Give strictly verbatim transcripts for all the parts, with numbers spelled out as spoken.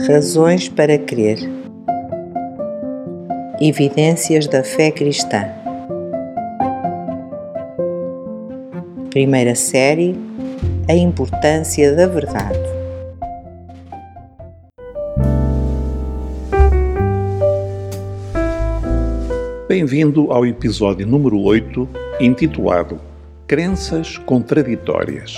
Razões para crer. Evidências da fé cristã. Primeira série: A importância da verdade. Bem-vindo ao episódio número oito, intitulado Crenças Contraditórias.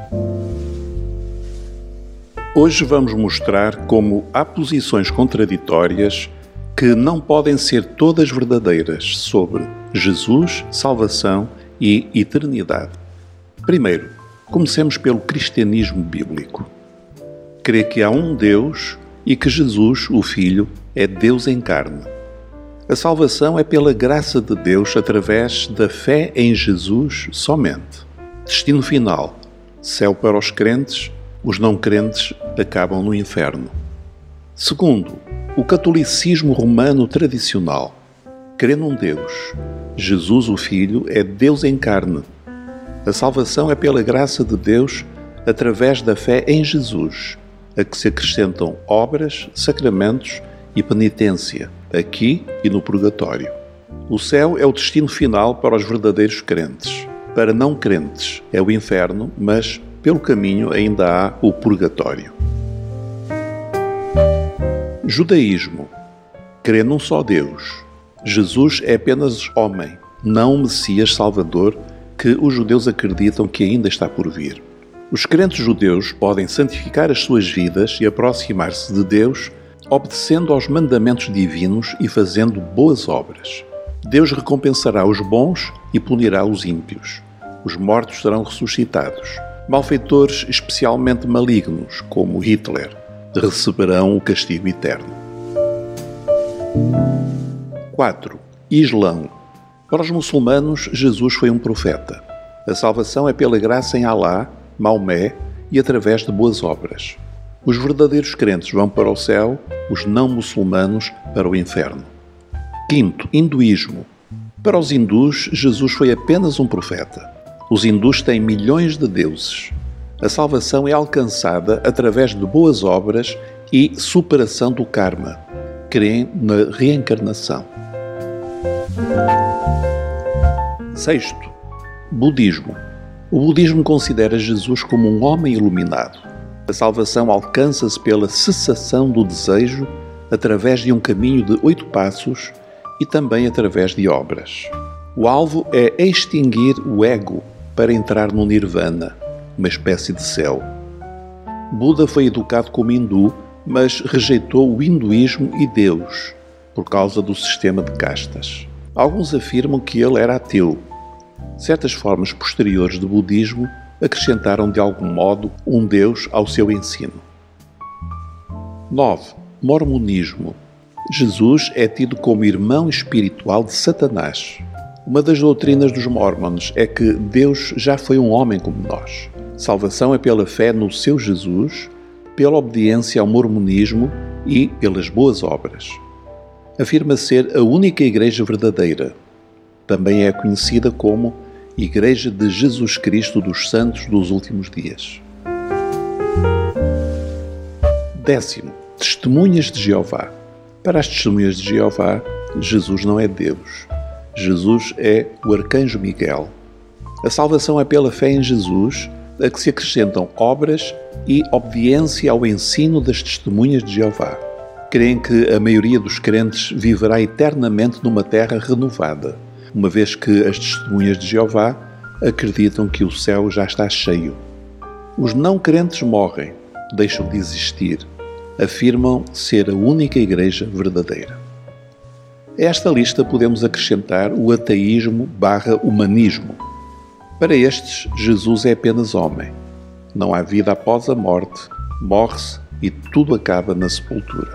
Hoje vamos mostrar como há posições contraditórias que não podem ser todas verdadeiras sobre Jesus, salvação e eternidade. Primeiro, comecemos pelo cristianismo bíblico. Crê que há um Deus e que Jesus, o Filho, é Deus em carne. A salvação é pela graça de Deus através da fé em Jesus somente. Destino final: céu para os crentes, os não crentes acabam no inferno. Segundo, o catolicismo romano tradicional. Crê num Deus. Jesus, o Filho, é Deus em carne. A salvação é pela graça de Deus através da fé em Jesus, a que se acrescentam obras, sacramentos e penitência, aqui e no purgatório. O céu é o destino final para os verdadeiros crentes. Para não crentes é o inferno, mas pelo caminho ainda há o purgatório. Judaísmo. Crê num só Deus. Jesus é apenas homem, não o Messias Salvador que os judeus acreditam que ainda está por vir. Os crentes judeus podem santificar as suas vidas e aproximar-se de Deus obedecendo aos mandamentos divinos e fazendo boas obras. Deus recompensará os bons e punirá os ímpios. Os mortos serão ressuscitados. Malfeitores especialmente malignos, como Hitler, receberão o castigo eterno. quatro. Islão. Para os muçulmanos, Jesus foi um profeta. A salvação é pela graça em Alá, Maomé e através de boas obras. Os verdadeiros crentes vão para o céu, os não muçulmanos para o inferno. Quinto. Hinduísmo. Para os hindus, Jesus foi apenas um profeta. Os hindus têm milhões de deuses. A salvação é alcançada através de boas obras e superação do karma. Creem na reencarnação. Sexto. Budismo. O budismo considera Jesus como um homem iluminado. A salvação alcança-se pela cessação do desejo através de um caminho de oito passos e também através de obras. O alvo é extinguir o ego para entrar no nirvana, uma espécie de céu. Buda foi educado como hindu, mas rejeitou o hinduísmo e Deus por causa do sistema de castas. Alguns afirmam que ele era ateu. Certas formas posteriores do budismo acrescentaram de algum modo um Deus ao seu ensino. nove. Mormonismo. Jesus é tido como irmão espiritual de Satanás. Uma das doutrinas dos Mormons é que Deus já foi um homem como nós. Salvação é pela fé no seu Jesus, pela obediência ao mormonismo e pelas boas obras. Afirma ser a única igreja verdadeira. Também é conhecida como Igreja de Jesus Cristo dos Santos dos Últimos Dias. Décimo. Testemunhas de Jeová. Para as testemunhas de Jeová, Jesus não é Deus. Jesus é o arcanjo Miguel. A salvação é pela fé em Jesus, a que se acrescentam obras e obediência ao ensino das testemunhas de Jeová. Creem que a maioria dos crentes viverá eternamente numa terra renovada, uma vez que as testemunhas de Jeová acreditam que o céu já está cheio. Os não crentes morrem, deixam de existir, afirmam ser a única igreja verdadeira. A esta lista podemos acrescentar o ateísmo barra humanismo. Para estes, Jesus é apenas homem. Não há vida após a morte, morre-se e tudo acaba na sepultura.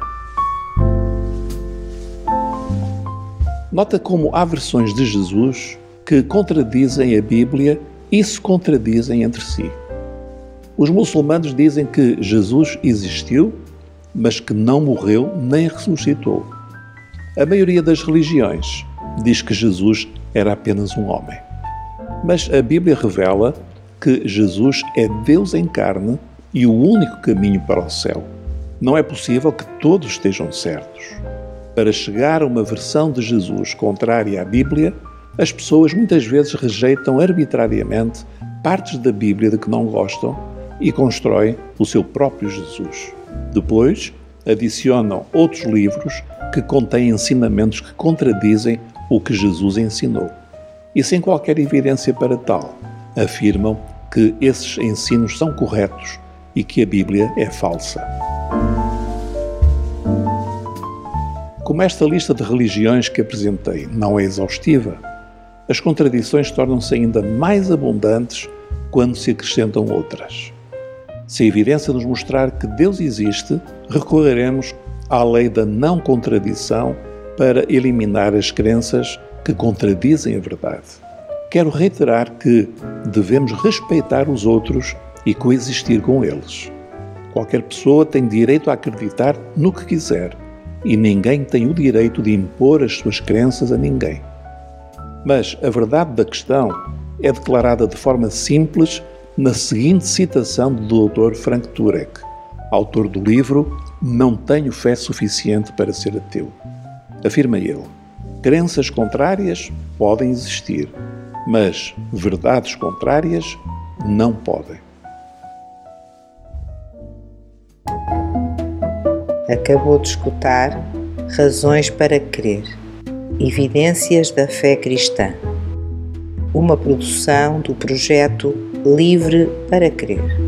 Nota como há versões de Jesus que contradizem a Bíblia e se contradizem entre si. Os muçulmanos dizem que Jesus existiu, mas que não morreu nem ressuscitou. A maioria das religiões diz que Jesus era apenas um homem. Mas a Bíblia revela que Jesus é Deus em carne e o único caminho para o céu. Não é possível que todos estejam certos. Para chegar a uma versão de Jesus contrária à Bíblia, as pessoas muitas vezes rejeitam arbitrariamente partes da Bíblia de que não gostam e constroem o seu próprio Jesus. Depois, adicionam outros livros que contêm ensinamentos que contradizem o que Jesus ensinou. E sem qualquer evidência para tal, afirmam que esses ensinos são corretos e que a Bíblia é falsa. Como esta lista de religiões que apresentei não é exaustiva, as contradições tornam-se ainda mais abundantes quando se acrescentam outras. Se a evidência nos mostrar que Deus existe, recorreremos à lei da não contradição para eliminar as crenças que contradizem a verdade. Quero reiterar que devemos respeitar os outros e coexistir com eles. Qualquer pessoa tem direito a acreditar no que quiser e ninguém tem o direito de impor as suas crenças a ninguém. Mas a verdade da questão é declarada de forma simples na seguinte citação do doutor Frank Turek, autor do livro Não Tenho Fé Suficiente para Ser Ateu. Afirma ele: crenças contrárias podem existir, mas verdades contrárias não podem. Acabou de escutar Razões para Crer. Evidências da Fé Cristã. Uma produção do projeto Livre para Crer.